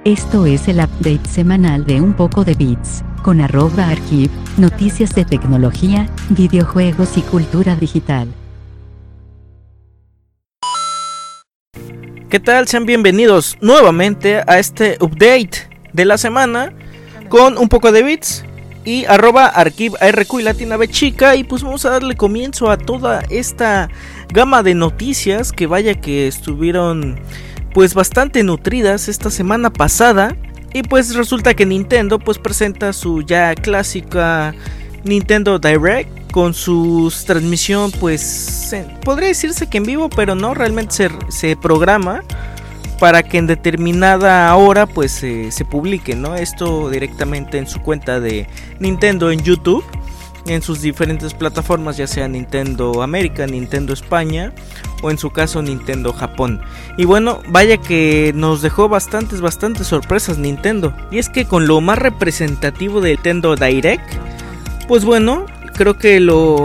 Esto es el update semanal de Un poco de Bits, con @archive, noticias de tecnología, videojuegos y cultura digital. ¿Qué tal? Sean bienvenidos nuevamente a este update de la semana con Un poco de Bits y @archive ARQ y latina B chica, y pues vamos a darle comienzo a toda esta gama de noticias que vaya que estuvieron pues bastante nutridas esta semana pasada. Y pues resulta que Nintendo pues presenta su ya clásica Nintendo Direct con su transmisión, pues podría decirse que en vivo, pero no, realmente se programa para que en determinada hora pues se publique, ¿no? Esto directamente en su cuenta de Nintendo en YouTube, en sus diferentes plataformas, ya sea Nintendo América, Nintendo España o en su caso Nintendo Japón. Y bueno, vaya que nos dejó bastantes sorpresas Nintendo. Y es que con lo más representativo de Nintendo Direct, pues bueno, creo que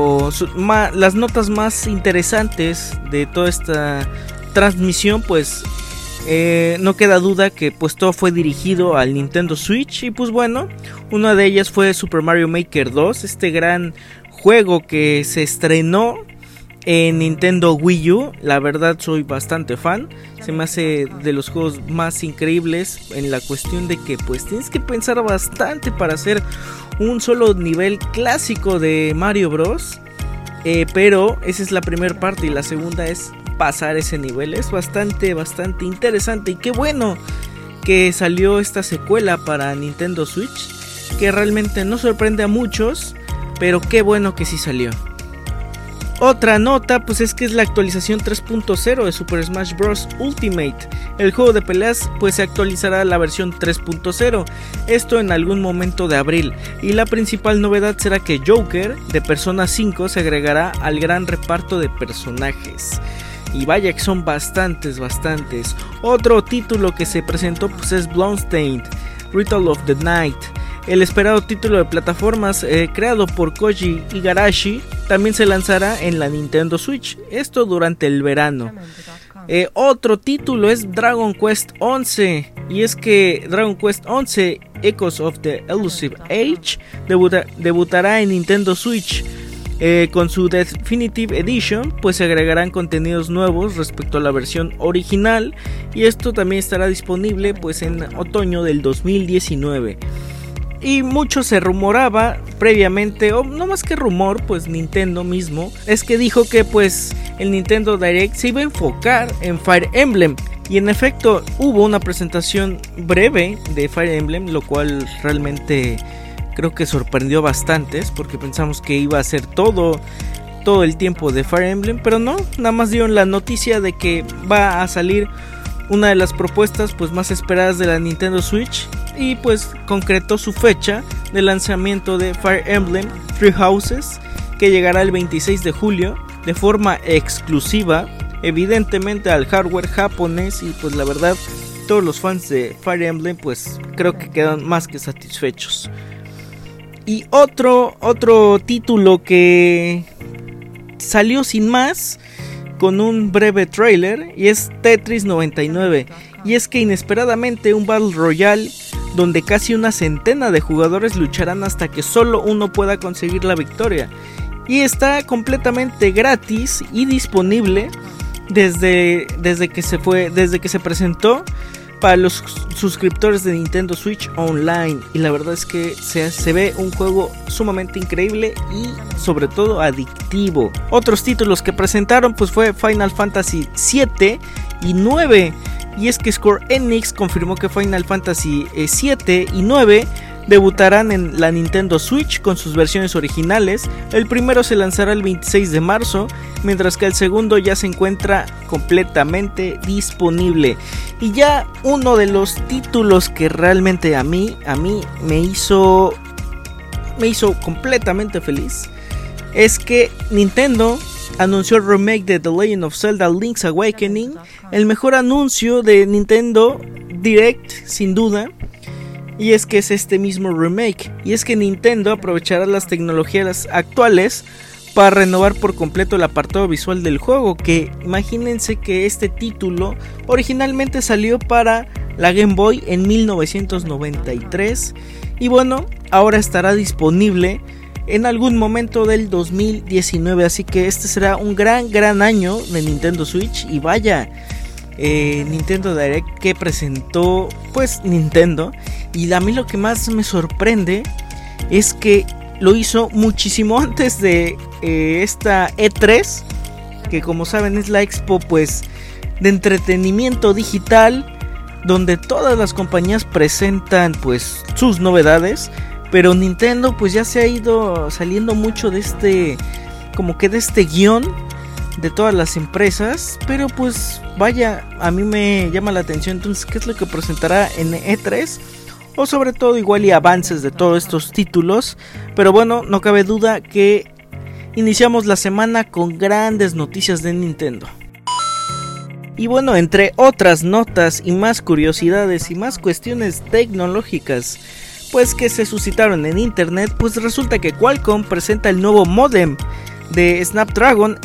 las notas más interesantes de toda esta transmisión, pues no queda duda que pues todo fue dirigido al Nintendo Switch. Y pues bueno, una de ellas fue Super Mario Maker 2, este gran juego que se estrenó en Nintendo Wii U. La verdad soy bastante fan, se me hace de los juegos más increíbles en la cuestión de que pues tienes que pensar bastante para hacer un solo nivel clásico de Mario Bros. Pero esa es la primera parte y la segunda es pasar ese nivel. Es bastante interesante, y qué bueno que salió esta secuela para Nintendo Switch, que realmente no sorprende a muchos, pero qué bueno que sí salió. Otra nota pues es que es la actualización 3.0 de Super Smash Bros. Ultimate. El juego de peleas pues se actualizará a la versión 3.0, esto en algún momento de abril, y la principal novedad será que Joker de Persona 5 se agregará al gran reparto de personajes. Y vaya que son bastantes. Otro título que se presentó pues es Bloodstained Ritual of the Night. El esperado título de plataformas creado por Koji Igarashi también se lanzará en la Nintendo Switch, esto durante el verano. Otro título es Dragon Quest 11, y es que Dragon Quest 11 Echoes of the Elusive Age debutará en Nintendo Switch. Con su Definitive Edition pues se agregarán contenidos nuevos respecto a la versión original, y esto también estará disponible pues en otoño del 2019. Y mucho se rumoraba previamente, o no más que rumor, pues Nintendo mismo es que dijo que pues el Nintendo Direct se iba a enfocar en Fire Emblem. Y en efecto hubo una presentación breve de Fire Emblem, lo cual realmente creo que sorprendió a bastantes, porque pensamos que iba a ser todo el tiempo de Fire Emblem, pero no, nada más dieron la noticia de que va a salir una de las propuestas pues más esperadas de la Nintendo Switch, y pues concretó su fecha de lanzamiento de Fire Emblem Three Houses, que llegará el 26 de julio de forma exclusiva, evidentemente al hardware japonés. Y pues la verdad, todos los fans de Fire Emblem pues creo que quedan más que satisfechos. Y otro título que salió sin más, con un breve trailer, y es Tetris 99. Y es que inesperadamente un Battle Royale donde casi una centena de jugadores lucharán hasta que solo uno pueda conseguir la victoria. Y está completamente gratis y disponible desde que se presentó para los suscriptores de Nintendo Switch Online. Y la verdad es que se ve un juego sumamente increíble y sobre todo adictivo. Otros títulos que presentaron pues fue Final Fantasy 7 y 9. Y es que Square Enix confirmó que Final Fantasy 7 y 9 debutarán en la Nintendo Switch con sus versiones originales. El primero se lanzará el 26 de marzo, mientras que el segundo ya se encuentra completamente disponible. Y ya uno de los títulos que realmente a mí me hizo completamente feliz es que Nintendo anunció el remake de The Legend of Zelda Link's Awakening, el mejor anuncio de Nintendo Direct sin duda. Y es que es este mismo remake, y es que Nintendo aprovechará las tecnologías actuales para renovar por completo el apartado visual del juego, que imagínense que este título originalmente salió para la Game Boy en 1993 y bueno, ahora estará disponible en algún momento del 2019, así que este será un gran año de Nintendo Switch. Y vaya, Nintendo Direct que presentó pues Nintendo, y a mí lo que más me sorprende es que lo hizo muchísimo antes de esta E3, que como saben es la expo pues de entretenimiento digital, donde todas las compañías presentan pues sus novedades. Pero Nintendo pues ya se ha ido saliendo mucho de este, como que de este guión de todas las empresas. Pero pues vaya, a mí me llama la atención entonces qué es lo que presentará en E3. O sobre todo igual y avances de todos estos títulos. Pero bueno, no cabe duda que iniciamos la semana con grandes noticias de Nintendo. Y bueno, entre otras notas y más curiosidades y más cuestiones tecnológicas pues que se suscitaron en internet, pues resulta que Qualcomm presenta el nuevo módem de Snapdragon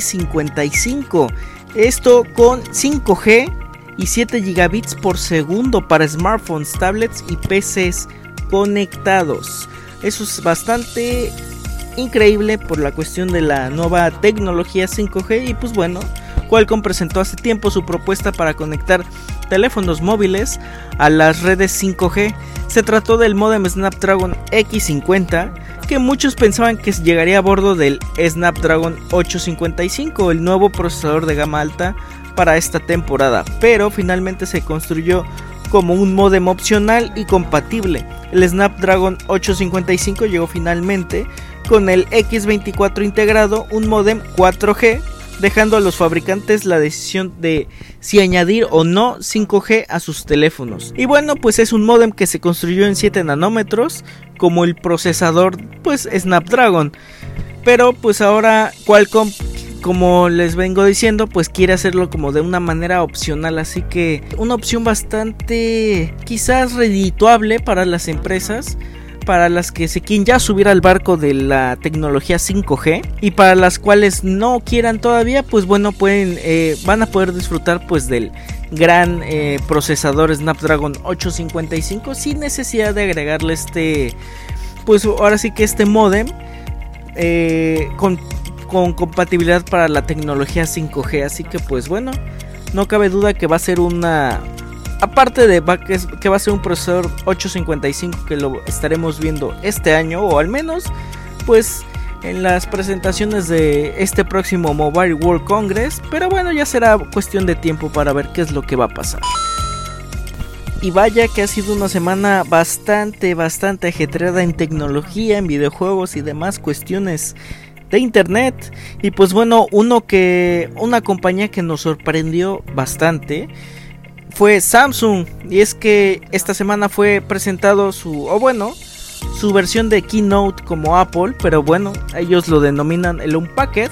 X55, esto con 5G y 7 gigabits por segundo para smartphones, tablets y PCs conectados. Eso es bastante increíble por la cuestión de la nueva tecnología 5G. Y pues bueno, Qualcomm presentó hace tiempo su propuesta para conectar teléfonos móviles a las redes 5G. Se trató del módem Snapdragon X50, que muchos pensaban que llegaría a bordo del Snapdragon 855, el nuevo procesador de gama alta para esta temporada, pero finalmente se construyó como un módem opcional y compatible. El Snapdragon 855 llegó finalmente con el X24 integrado, un módem 4G, dejando a los fabricantes la decisión de si añadir o no 5G a sus teléfonos. Y bueno, pues es un módem que se construyó en 7 nanómetros como el procesador pues Snapdragon, pero pues ahora Qualcomm, como les vengo diciendo, pues quiere hacerlo como de una manera opcional, así que una opción bastante quizás redituable para las empresas, para las que se quieren ya subir al barco de la tecnología 5G, y para las cuales no quieran todavía, pues bueno, van a poder disfrutar pues del gran procesador Snapdragon 855 sin necesidad de agregarle pues ahora sí que este módem con compatibilidad para la tecnología 5G. Así que pues bueno, no cabe duda que va a ser aparte de que va a ser un procesador 855 que lo estaremos viendo este año, o al menos pues en las presentaciones de este próximo Mobile World Congress. Pero bueno, ya será cuestión de tiempo para ver qué es lo que va a pasar. Y vaya que ha sido una semana bastante ajetreada en tecnología, en videojuegos y demás cuestiones de internet. Y pues bueno, una compañía que nos sorprendió bastante fue Samsung, y es que esta semana fue presentado su versión de Keynote como Apple, pero bueno, ellos lo denominan el Unpacked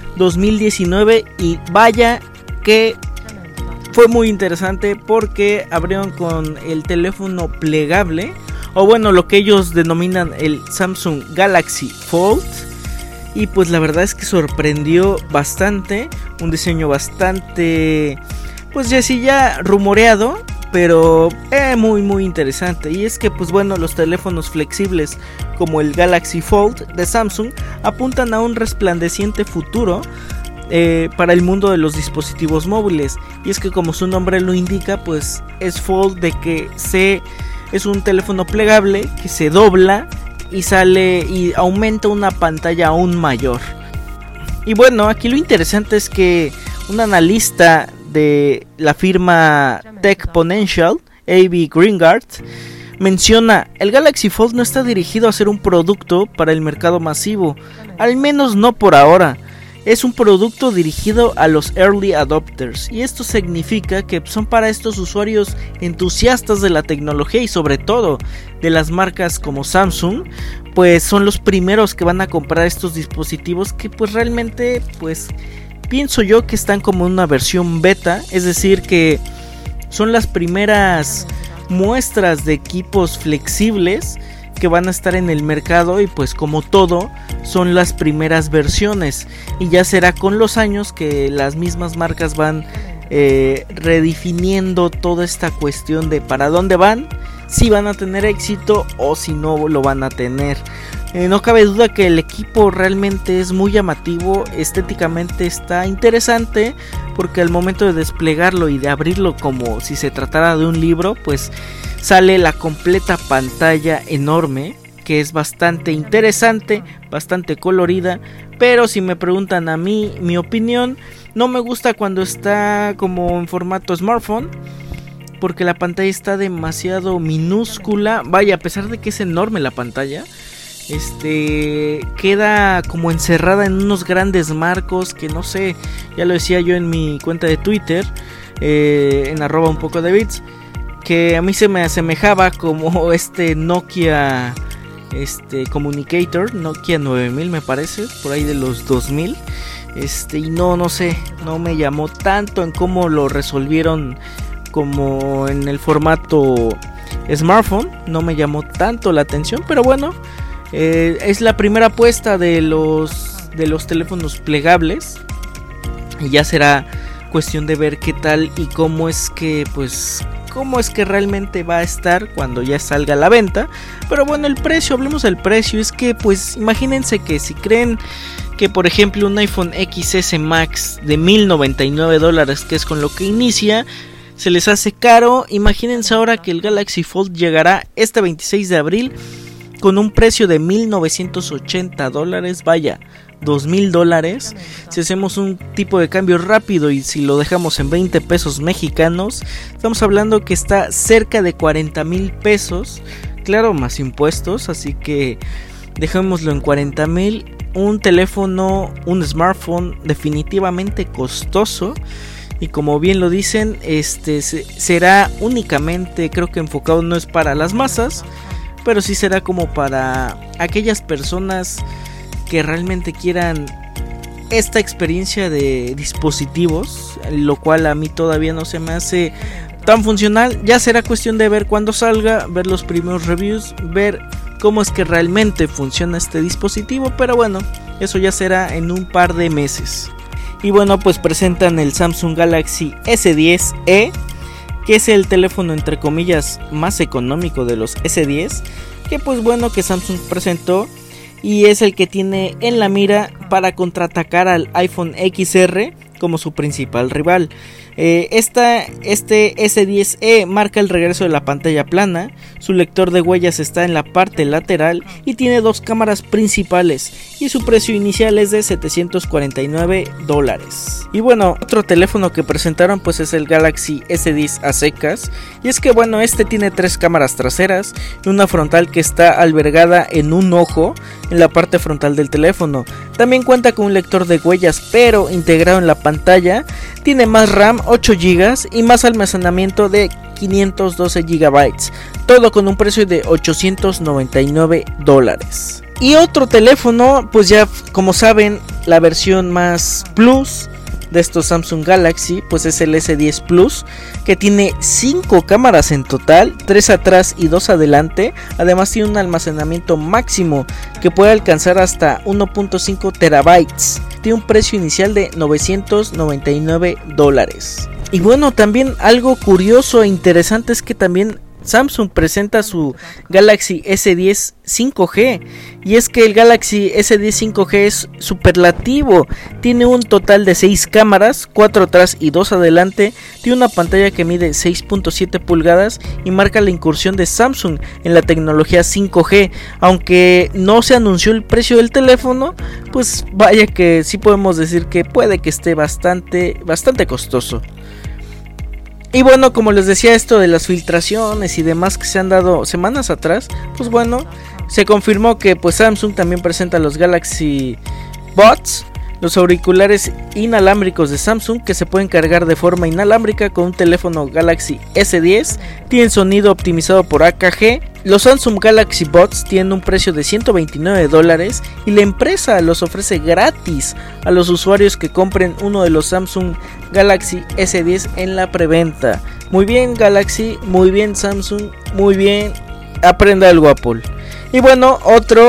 2019, y vaya que fue muy interesante porque abrieron con el teléfono plegable, o bueno, lo que ellos denominan el Samsung Galaxy Fold, y pues la verdad es que sorprendió bastante, un diseño bastante pues ya rumoreado, pero muy interesante. Y es que pues bueno, los teléfonos flexibles como el Galaxy Fold de Samsung apuntan a un resplandeciente futuro para el mundo de los dispositivos móviles. Y es que como su nombre lo indica, pues es fold, de que es un teléfono plegable que se dobla y sale y aumenta una pantalla aún mayor. Y bueno, aquí lo interesante es que un analista de la firma Techponential, A.B. Greengard, menciona: el Galaxy Fold no está dirigido a ser un producto para el mercado masivo, al menos no por ahora. Es un producto dirigido a los early adopters, y esto significa que son para estos usuarios entusiastas de la tecnología y sobre todo de las marcas como Samsung, pues son los primeros que van a comprar estos dispositivos, que pues realmente pues pienso yo que están como en una versión beta, es decir que son las primeras muestras de equipos flexibles que van a estar en el mercado, y pues como todo son las primeras versiones, y ya será con los años que las mismas marcas van redefiniendo toda esta cuestión de para dónde van, si van a tener éxito o si no lo van a tener. No cabe duda que el equipo realmente es muy llamativo, estéticamente está interesante, porque al momento de desplegarlo y de abrirlo como si se tratara de un libro, pues sale la completa pantalla enorme, que es bastante interesante, bastante colorida. Pero si me preguntan a mí, mi opinión, no me gusta cuando está como en formato smartphone, porque la pantalla está demasiado minúscula. Vaya, a pesar de que es enorme la pantalla, queda como encerrada en unos grandes marcos que no sé, ya lo decía yo en mi cuenta de Twitter, en @ un poco de bits, que a mí se me asemejaba como Nokia Communicator, Nokia 9000 me parece, por ahí de los 2000, y no sé, no me llamó tanto en cómo lo resolvieron como en el formato smartphone, no me llamó tanto la atención, pero bueno, es la primera apuesta de los teléfonos plegables y ya será cuestión de ver qué tal y cómo es que realmente va a estar cuando ya salga a la venta. Pero bueno, el precio, hablemos del precio. Es que pues imagínense que si creen que por ejemplo un iPhone XS Max de $1099, que es con lo que inicia, se les hace caro, imagínense ahora que el Galaxy Fold llegará este 26 de abril con un precio de $1,980, vaya, $2,000. Si hacemos un tipo de cambio rápido y si lo dejamos en 20 pesos mexicanos, estamos hablando que está cerca de 40,000 pesos, claro, más impuestos, así que dejémoslo en 40,000. Un teléfono, un smartphone definitivamente costoso, y como bien lo dicen, será únicamente, creo que enfocado, no es para las masas, pero sí será como para aquellas personas que realmente quieran esta experiencia de dispositivos, lo cual a mí todavía no se me hace tan funcional. Ya será cuestión de ver cuando salga, ver los primeros reviews, ver cómo es que realmente funciona este dispositivo, pero bueno, eso ya será en un par de meses. Y bueno, pues presentan el Samsung Galaxy S10e, que es el teléfono entre comillas más económico de los S10, que pues bueno, que Samsung presentó, y es el que tiene en la mira para contraatacar al iPhone XR como su principal rival. Este S10e marca el regreso de la pantalla plana, su lector de huellas está en la parte lateral y tiene dos cámaras principales, y su precio inicial es de $749. Y bueno, otro teléfono que presentaron pues es el Galaxy S10 a secas, y es que bueno, tiene tres cámaras traseras y una frontal que está albergada en un ojo en la parte frontal del teléfono. También cuenta con un lector de huellas pero integrado en la pantalla, tiene más RAM, 8 GB y más almacenamiento de 512 GB, todo con un precio de $899. Y otro teléfono, pues ya como saben, la versión más Plus de estos Samsung Galaxy, pues es el S10 Plus, que tiene 5 cámaras en total, 3 atrás y 2 adelante. Además tiene un almacenamiento máximo que puede alcanzar hasta 1.5 terabytes. Tiene un precio inicial de $999. Y bueno, también algo curioso e interesante es que también Samsung presenta su Galaxy S10 5G, y es que el Galaxy S10 5G es superlativo, tiene un total de 6 cámaras, 4 atrás y 2 adelante, tiene una pantalla que mide 6.7 pulgadas y marca la incursión de Samsung en la tecnología 5G, aunque no se anunció el precio del teléfono, pues vaya que sí podemos decir que puede que esté bastante costoso. Y bueno, como les decía, esto de las filtraciones y demás que se han dado semanas atrás, pues bueno, se confirmó que pues Samsung también presenta los Galaxy Buds, los auriculares inalámbricos de Samsung que se pueden cargar de forma inalámbrica con un teléfono Galaxy S10, tienen sonido optimizado por AKG. Los Samsung Galaxy Buds tienen un precio de $129 y la empresa los ofrece gratis a los usuarios que compren uno de los Samsung Galaxy S10 en la preventa. Muy bien Galaxy, muy bien Samsung, muy bien, aprenda algo Apple. Y bueno, otro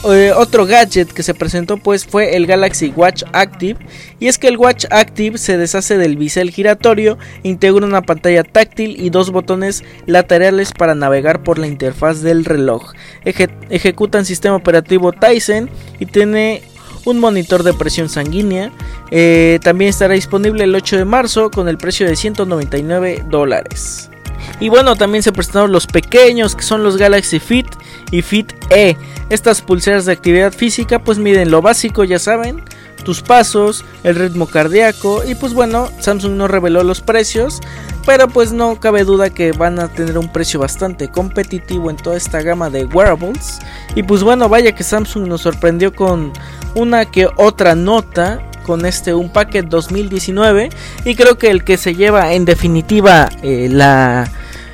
otro gadget que se presentó pues fue el Galaxy Watch Active, y es que el Watch Active se deshace del bisel giratorio, integra una pantalla táctil y 2 botones laterales para navegar por la interfaz del reloj. Ejecutan sistema operativo Tizen y tiene un monitor de presión sanguínea. También estará disponible el 8 de marzo con el precio de $199. Y bueno, también se presentaron los pequeños, que son los Galaxy Fit y Fit E. Estas pulseras de actividad física pues miden lo básico, ya saben, tus pasos, el ritmo cardíaco. Y pues bueno, Samsung no reveló los precios, pero pues no cabe duda que van a tener un precio bastante competitivo en toda esta gama de wearables. Y pues bueno, vaya que Samsung nos sorprendió con una que otra nota con un Unpacked 2019, y creo que el que se lleva en definitiva la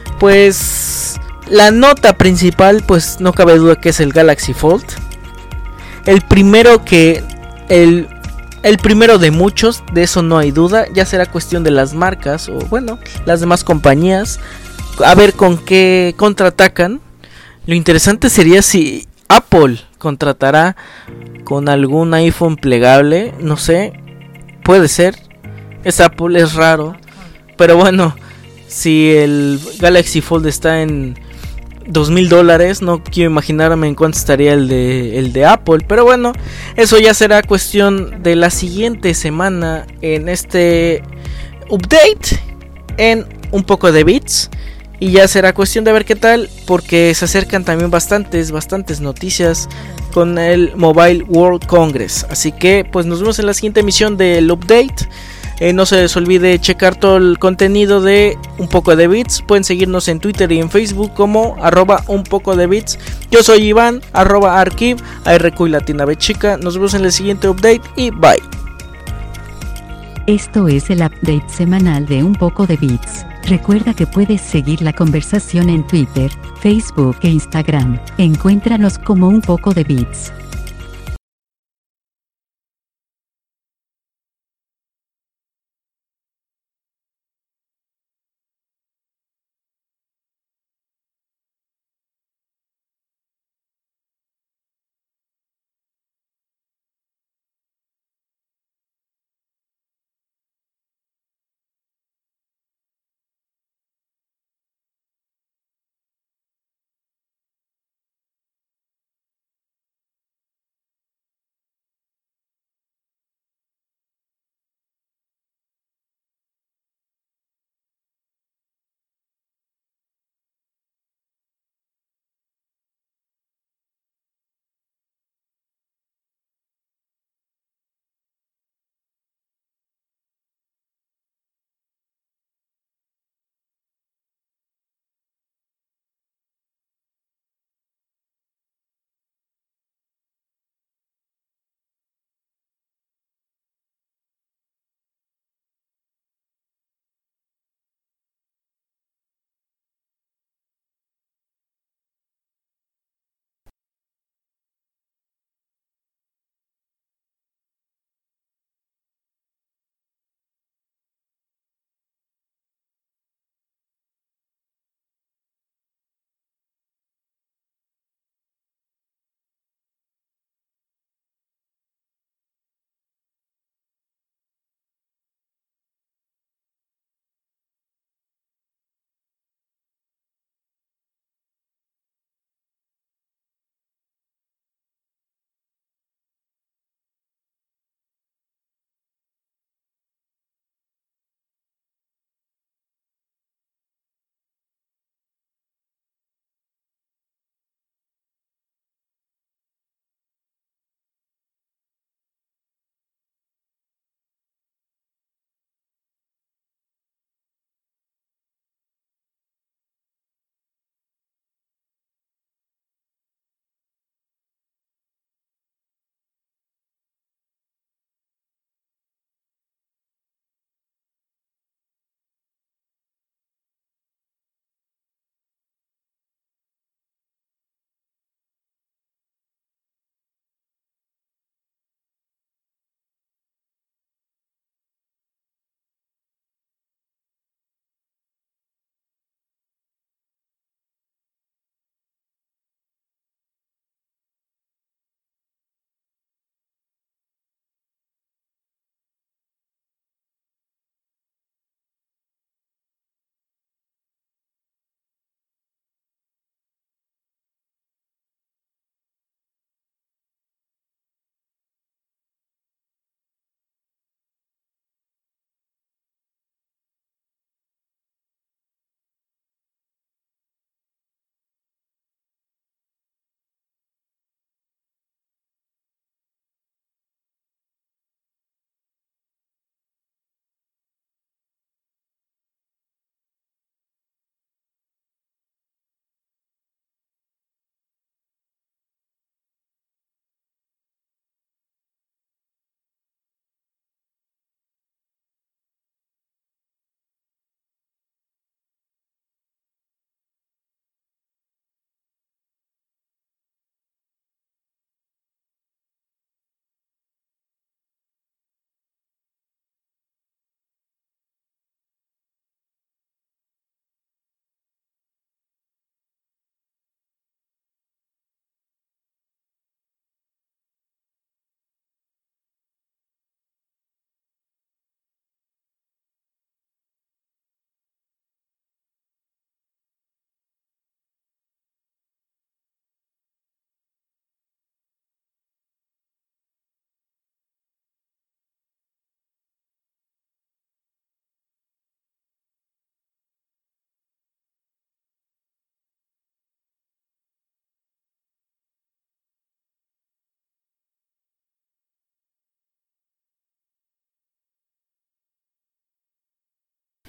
nota principal, pues no cabe duda que es el Galaxy Fold. El primero de muchos, de eso no hay duda. Ya será cuestión de las marcas o bueno, las demás compañías a ver con qué contraatacan. Lo interesante sería si Apple contratará con algún iPhone plegable, no sé, puede ser. Es Apple, es raro, pero bueno, si el Galaxy Fold está en $2,000, no quiero imaginarme en cuánto estaría el de Apple. Pero bueno, eso ya será cuestión de la siguiente semana en este update en un poco de bits. Y ya será cuestión de ver qué tal, porque se acercan también bastantes noticias con el Mobile World Congress. Así que pues nos vemos en la siguiente emisión del update. No se les olvide checar todo el contenido de Un Poco de Bits. Pueden seguirnos en Twitter y en Facebook como @unpocodebits. Yo soy Iván, @archive, ARQ y Latina B chica. Nos vemos en el siguiente update y bye. Esto es el update semanal de Un Poco de Bits. Recuerda que puedes seguir la conversación en Twitter, Facebook e Instagram. Encuéntranos como Un Poco de Bits.